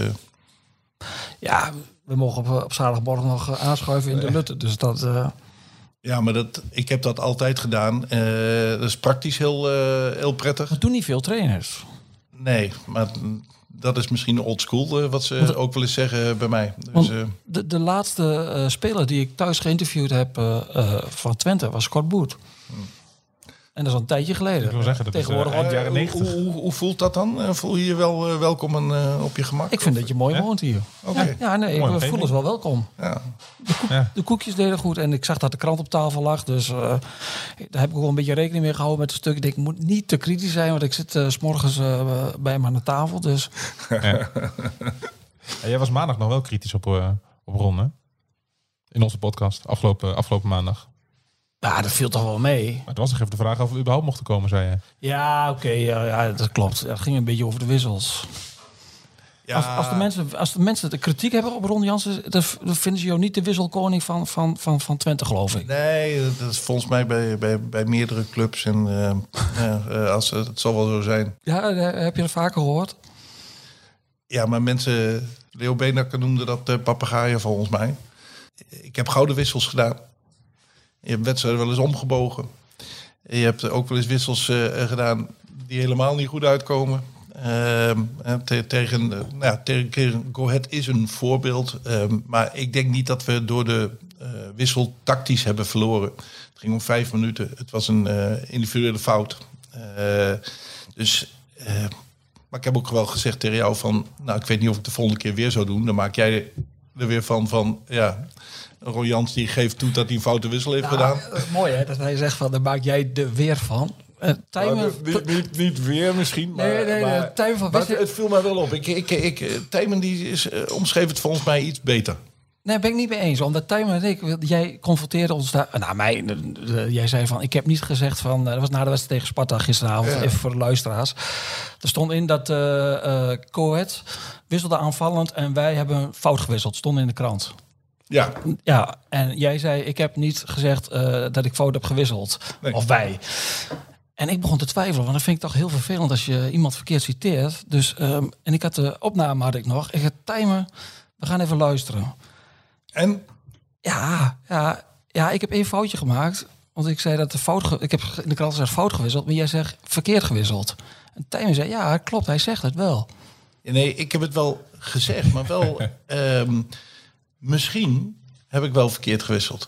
Ja, we mogen op, op zaterdagmorgen nog uh, aanschuiven in de Lutte. Dus dat... Uh... Ja, maar dat, ik heb dat altijd gedaan. Uh, dat is praktisch heel, uh, heel prettig. Dat doen niet veel trainers. Nee, maar dat is misschien old school, uh, wat ze want, ook wel eens zeggen bij mij. Dus, uh, de, de laatste uh, speler die ik thuis geïnterviewd heb uh, uh, van Twente was Scott Boet. Hmm. En dat is al een tijdje geleden. Ik wil zeggen, dat tegenwoordig is uh, jaren negentig. Hoe, hoe, hoe voelt dat dan? Uh, voel je je wel uh, welkom en uh, op je gemak? Ik vind of, dat je mooi ja? woont hier. Okay. Ja, ja, nee, mooi, ik voel ons wel welkom. Ja. De, koek, ja. de koekjes deden goed en ik zag dat de krant op tafel lag. Dus uh, daar heb ik ook wel een beetje rekening mee gehouden met het stuk. Ik denk, ik moet niet te kritisch zijn, want ik zit uh, 's morgens uh, bij hem aan de tafel. Dus. Ja. Ja, jij was maandag nog wel kritisch op, uh, op Ron, hè? In onze podcast, afgelopen, afgelopen maandag. Ja, dat viel toch wel mee. Maar het was toch even de vraag of we überhaupt mochten komen, zei je. Ja, oké, okay, ja, ja, dat klopt. Het ging een beetje over de wissels. Ja. Als, als, de mensen, als de mensen de kritiek hebben op Ron Jansen, dan vinden ze jou niet de wisselkoning van, van, van, van Twente, geloof ik. Nee, dat is volgens mij bij, bij, bij meerdere clubs. En uh, uh, als, het zal wel zo zijn. Ja, heb je dat vaker gehoord? Ja, maar mensen... Leo Beenhakker noemde dat uh, papegaaien volgens mij. Ik heb gouden wissels gedaan. Je hebt wedstrijden wel eens omgebogen. Je hebt ook wel eens wissels uh, gedaan die helemaal niet goed uitkomen. Uh, te, tegen, uh, nou ja, tegen Go Ahead is een voorbeeld. Uh, maar ik denk niet dat we door de uh, wissel tactisch hebben verloren. Het ging om vijf minuten. Het was een uh, individuele fout. Uh, dus... Uh, maar ik heb ook wel gezegd tegen jou van... Nou, ik weet niet of ik de volgende keer weer zou doen. Dan maak jij er weer van van... ja. Ron Jans die geeft toe dat hij een foute wissel heeft nou, gedaan. Uh, mooi hè, dat hij zegt van, daar maak jij er weer van. Uh, Tijmen... nou, niet, niet, niet weer misschien, maar, nee, nee, maar, nee, Tijmen van, maar het, het viel mij wel op. Ik, ik, ik, Tijmen die is, uh, omschreef het volgens mij iets beter. Nee, ben ik niet mee eens. Omdat Tijmen en ik, jij confronteerde ons daar... Nou, mij, uh, uh, jij zei van, ik heb niet gezegd van... Uh, dat was na de wedstrijd tegen Sparta gisteravond, ja. Even voor de luisteraars. Er stond in dat uh, uh, Go Ahead wisselde aanvallend en wij hebben een fout gewisseld. Stond in de krant. Ja. Ja, en jij zei, ik heb niet gezegd uh, dat ik fout heb gewisseld. Nee. Of wij. En ik begon te twijfelen, want dat vind ik toch heel vervelend als je iemand verkeerd citeert. Dus, um, en ik had de opname had ik nog. Ik ga timen, we gaan even luisteren. En? Ja, ja, ja, ik heb één foutje gemaakt. Want ik zei dat de fout, ge- ik heb in de krant gezegd fout gewisseld, maar jij zegt verkeerd gewisseld. En Tijmen zei, ja, klopt, hij zegt het wel. Nee, ik heb het wel gezegd, maar wel... um, misschien heb ik wel verkeerd gewisseld.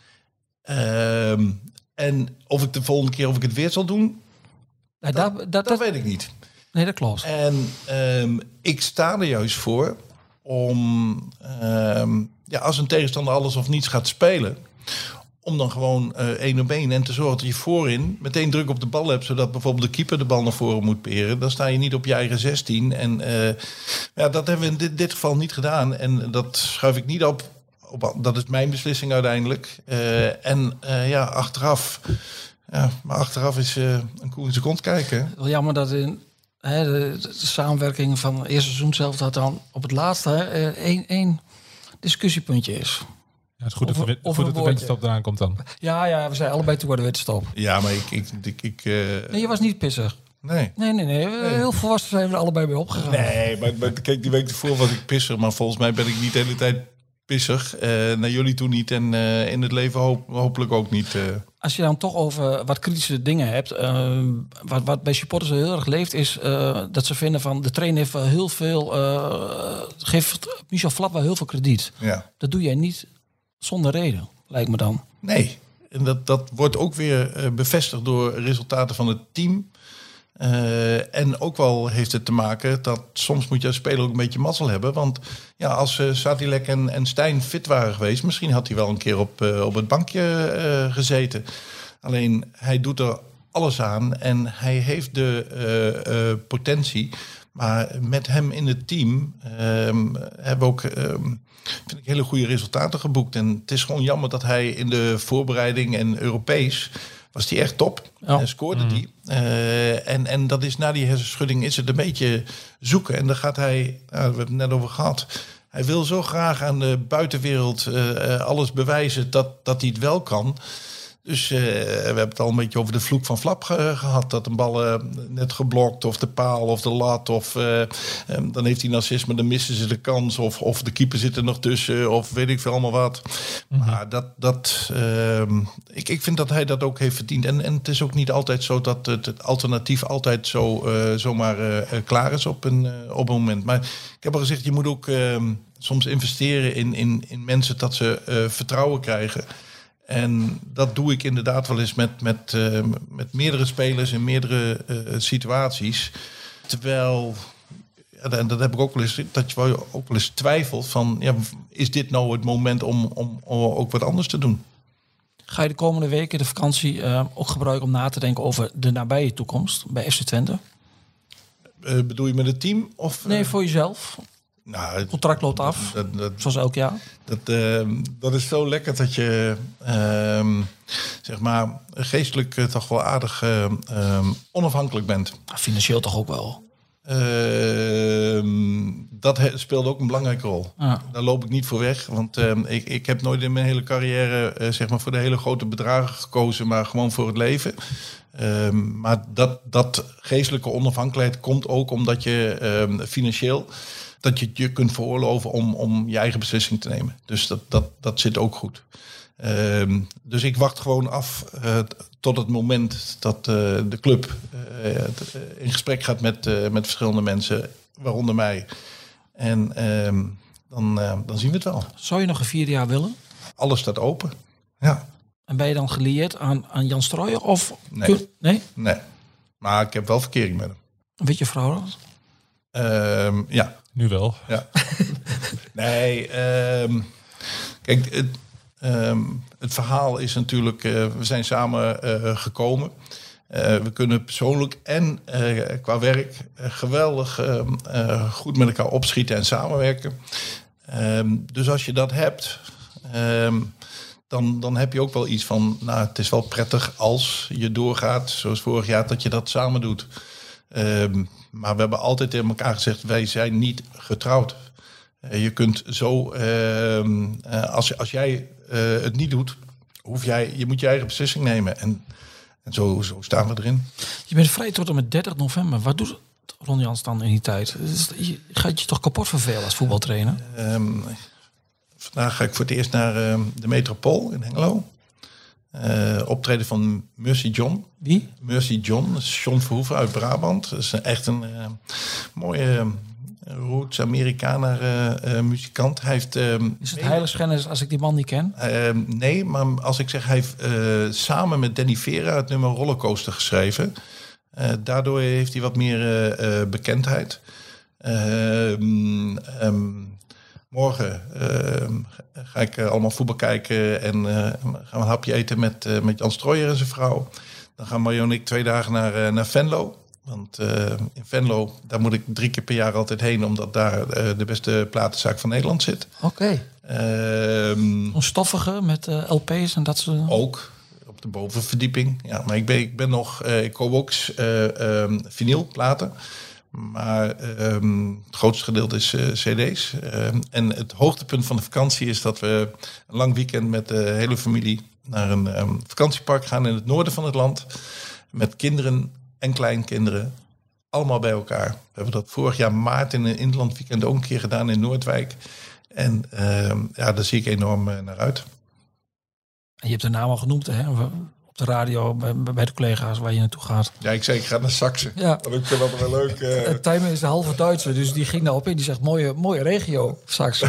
Um, en of ik de volgende keer of ik het weer zal doen, nee, dat, dat, dat, dat dat weet ik niet. Nee, dat klopt. En um, ik sta er juist voor om, um, ja, als een tegenstander alles of niets gaat spelen, om dan gewoon uh, één op één en te zorgen dat je voorin meteen druk op de bal hebt, zodat bijvoorbeeld de keeper de bal naar voren moet peren. Dan sta je niet op je eigen zestien. En uh, ja, dat hebben we in dit, dit geval niet gedaan. En dat schuif ik niet op. op dat is mijn beslissing uiteindelijk. Uh, en uh, ja, achteraf. Ja, maar achteraf is uh, een koe in zijn kont kijken. Wel jammer dat in hè, de, de samenwerking van het eerste seizoen zelf dat dan op het laatste één, één discussiepuntje is. Ja, het is goed Over- dat, over goed dat een de winterstop eraan komt dan. Ja, ja, we zijn allebei toe aan de winterstop. Ja, maar ik... ik, ik, ik uh, Nee, je was niet pissig. nee. Nee, nee, nee. We- Heel volwassen zijn we er allebei bij opgegaan. Nee, maar, maar kijk, die week ervoor was ik pissig. Maar volgens mij ben ik niet de hele tijd pissig. Uh, naar jullie toe niet. En uh, in het leven hoop, hopelijk ook niet. Uh. Als je dan toch over wat kritische dingen hebt, uh, wat, wat bij supporters heel erg leeft, is uh, dat ze vinden van de trainer heeft wel heel veel, uh, geeft Michel Flap wel heel veel krediet. Ja. Dat doe jij niet zonder reden, lijkt me dan. Nee, en dat, dat wordt ook weer uh, bevestigd door resultaten van het team. Uh, en ook wel heeft het te maken dat soms moet je als speler ook een beetje mazzel hebben. Want ja, als uh, Satilek en, en Stijn fit waren geweest, misschien had hij wel een keer op, uh, op het bankje uh, gezeten. Alleen hij doet er alles aan en hij heeft de uh, uh, potentie. Maar met hem in het team um, hebben we ook um, vind ik hele goede resultaten geboekt. En het is gewoon jammer dat hij in de voorbereiding en Europees was hij echt top. Ja. Uh, scoorde hij. Mm. Uh, en, en dat is na die hersenschudding is het een beetje zoeken. En dan gaat hij, nou, we hebben het net over gehad. Hij wil zo graag aan de buitenwereld uh, alles bewijzen dat, dat hij het wel kan. Dus uh, we hebben het al een beetje over de vloek van Flap ge- gehad. Dat een bal uh, net geblokt of de paal of de lat. Of uh, um, dan heeft hij narcisme, dan missen ze de kans. Of, of de keeper zit er nog tussen. Of weet ik veel allemaal wat. Mm-hmm. Maar dat, dat, uh, ik, ik vind dat hij dat ook heeft verdiend. En, en het is ook niet altijd zo dat het, het alternatief altijd zo uh, zomaar uh, klaar is op een, uh, op een moment. Maar ik heb al gezegd, je moet ook uh, soms investeren in, in, in mensen dat ze uh, vertrouwen krijgen. En dat doe ik inderdaad wel eens met, met, uh, met meerdere spelers in meerdere uh, situaties. Terwijl, en dat heb ik ook wel eens, dat je ook wel eens twijfelt van, ja, is dit nou het moment om, om, om ook wat anders te doen? Ga je de komende weken de vakantie uh, ook gebruiken om na te denken over de nabije toekomst bij F C Twente? Uh, bedoel je met het team? Of, uh... Nee, voor jezelf. Nou, het contract loopt af, dat, dat, zoals elk jaar. Dat, uh, dat is zo lekker dat je, uh, zeg maar, geestelijk uh, toch wel aardig uh, uh, onafhankelijk bent. Financieel toch ook wel? Uh, dat he, speelde ook een belangrijke rol. Ja. Daar loop ik niet voor weg. Want uh, ik, ik heb nooit in mijn hele carrière uh, zeg maar voor de hele grote bedragen gekozen, maar gewoon voor het leven. Uh, maar dat, dat geestelijke onafhankelijkheid komt ook omdat je uh, financieel... dat je het je kunt veroorloven om, om je eigen beslissing te nemen. Dus dat, dat, dat zit ook goed. Um, dus ik wacht gewoon af uh, tot het moment dat uh, de club uh, in gesprek gaat met, uh, met verschillende mensen, waaronder mij. En um, dan, uh, dan zien we het wel. Zou je nog een vierde jaar willen? Alles staat open, ja. En ben je dan gelieerd aan, aan Jan Strooijer? Of nee. Kun... nee? Nee. Maar ik heb wel verkering met hem. Weet je vrouw dat? Um, ja. Nu wel. Ja. Nee, um, kijk, het, um, het verhaal is natuurlijk, uh, we zijn samen uh, gekomen. Uh, we kunnen persoonlijk en uh, qua werk uh, geweldig uh, uh, goed met elkaar opschieten en samenwerken. Um, dus als je dat hebt, um, dan, dan heb je ook wel iets van, nou, het is wel prettig als je doorgaat, zoals vorig jaar, dat je dat samen doet. Um, maar we hebben altijd tegen elkaar gezegd, wij zijn niet getrouwd. Uh, je kunt zo, uh, uh, als, als jij uh, het niet doet, hoef jij, je moet je eigen beslissing nemen. En, en zo, zo staan we erin. Je bent vrij tot en met dertig november. Wat doet Ron Jans dan in die tijd? Je gaat je toch kapot vervelen als voetbaltrainer? Um, vandaag ga ik voor het eerst naar uh, de Metropool in Hengelo. Uh, optreden van Mercy John. Wie? Mercy John, dat is John Verhoeven uit Brabant. Dat is echt een uh, mooie uh, roots Amerikaner uh, uh, muzikant. Hij heeft, uh, is het heiligschennis als ik die man niet ken? Uh, nee, maar als ik zeg, hij heeft uh, samen met Danny Vera het nummer Rollercoaster geschreven. Uh, daardoor heeft hij wat meer uh, uh, bekendheid. Uh, um, Morgen uh, ga ik uh, allemaal voetbal kijken en uh, gaan we een hapje eten met, uh, met Jan Strooijer en zijn vrouw. Dan gaan Mario en ik twee dagen naar, uh, naar Venlo. Want uh, in Venlo, daar moet ik drie keer per jaar altijd heen, omdat daar uh, de beste platenzaak van Nederland zit. Oké. Okay. Uh, Stoffige met uh, L P's en dat soort... Ook, op de bovenverdieping. Ja, maar ik ben, ik ben nog, uh, ik koop ook uh, um, vinylplaten. Maar um, het grootste gedeelte is uh, cd's. Um, en het hoogtepunt van de vakantie is dat we een lang weekend met de hele familie naar een um, vakantiepark gaan in het noorden van het land. Met kinderen en kleinkinderen. Allemaal bij elkaar. We hebben dat vorig jaar maart in een inlandweekend ook een keer gedaan in Noordwijk. En um, ja, daar zie ik enorm uh, naar uit. En je hebt de naam al genoemd, hè? De radio, bij, bij de collega's waar je naartoe gaat. Ja, ik zei, ik ga naar Saxe. Ja. Dat vind ik wel wel leuk. Uh... Tijmen is de halve Duitser, dus die ging daarop in. Die zegt, mooie, mooie regio, Saxe.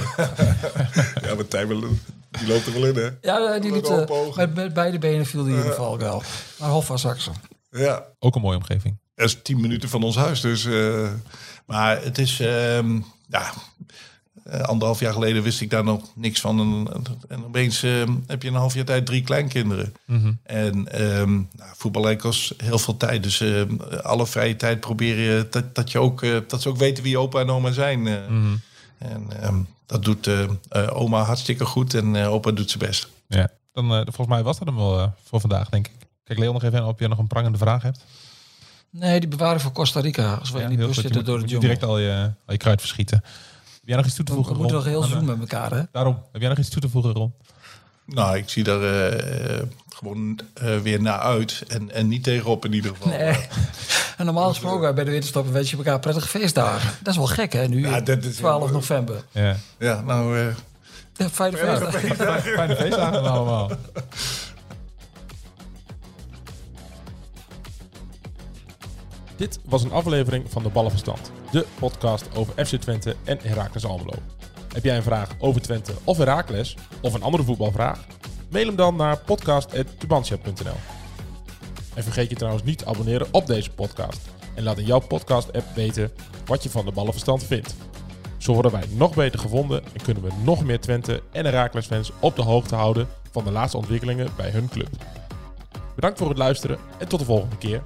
Ja, maar Tijmen, die loopt er wel in, hè? Ja, die liet, uh, met, met beide benen viel die in ieder geval wel. Maar Hof van Saxe. Ja. Ook een mooie omgeving. Dat is tien minuten van ons huis, dus... Uh, maar het is... Uh, ja... Uh, anderhalf jaar geleden wist ik daar nog niks van. En, en opeens uh, heb je een half jaar tijd drie kleinkinderen. Mm-hmm. En um, nou, voetbal kost heel veel tijd. Dus uh, alle vrije tijd probeer je dat, dat, je ook, uh, dat ze ook weten wie opa en oma zijn. Uh, mm-hmm. En um, dat doet uh, uh, oma hartstikke goed en uh, opa doet zijn best. Ja, dan uh, volgens mij was dat hem wel uh, voor vandaag, denk ik. Ik Kijk Leon nog even of je nog een prangende vraag hebt. Nee, die bewaren voor Costa Rica. Als we Ja, in die heel bus goed. Je zitten moet- door de moet jungle. direct al je, al je kruid verschieten. Heb jij nog iets toe te We, voegen, we moeten Ron? nog heel Aan, zoen eh, met elkaar, hè? Daarom. Heb jij nog iets toe te voegen, Ron? Nou, ik zie daar uh, gewoon uh, weer naar uit. En, en niet tegenop in ieder geval. Nee. En normaal gesproken bij de winterstop wens je elkaar prettige feestdagen. Dat is wel gek, hè? Nu Ja, dat is- twaalf november. Ja. Ja, nou... Uh, Ja, fijne feestdagen. Fijne, fijne feestdagen allemaal. Dit was een aflevering van De Ballenverstand. De podcast over F C Twente en Heracles Almelo. Heb jij een vraag over Twente of Heracles? Of een andere voetbalvraag? Mail hem dan naar podcast apenstaartje tubantia punt n l. En vergeet je trouwens niet te abonneren op deze podcast. En laat in jouw podcast-app weten wat je van De Ballenverstand vindt. Zo worden wij nog beter gevonden en kunnen we nog meer Twente en Heracles fans op de hoogte houden van de laatste ontwikkelingen bij hun club. Bedankt voor het luisteren en tot de volgende keer.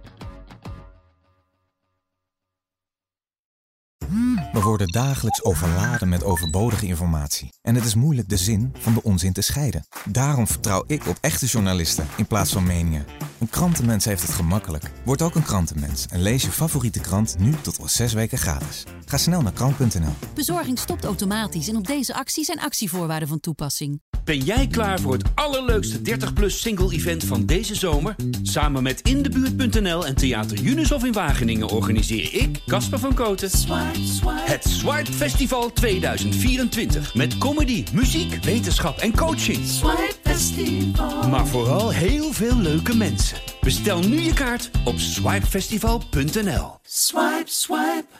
We worden dagelijks overladen met overbodige informatie. En het is moeilijk de zin van de onzin te scheiden. Daarom vertrouw ik op echte journalisten in plaats van meningen. Een krantenmens heeft het gemakkelijk. Word ook een krantenmens en lees je favoriete krant nu tot al zes weken gratis. Ga snel naar krant punt n l. Bezorging stopt automatisch en op deze actie zijn actievoorwaarden van toepassing. Ben jij klaar voor het allerleukste dertig plus single event van deze zomer? Samen met in de buurt punt n l en Theater Junushof in Wageningen organiseer ik, Casper van Koten, Swipe, swipe. het Swipe Festival tweeduizend vierentwintig. Met comedy, muziek, wetenschap en coaching. Swipe Festival. Maar vooral heel veel leuke mensen. Bestel nu je kaart op swipe festival punt n l. Swipe, swipe.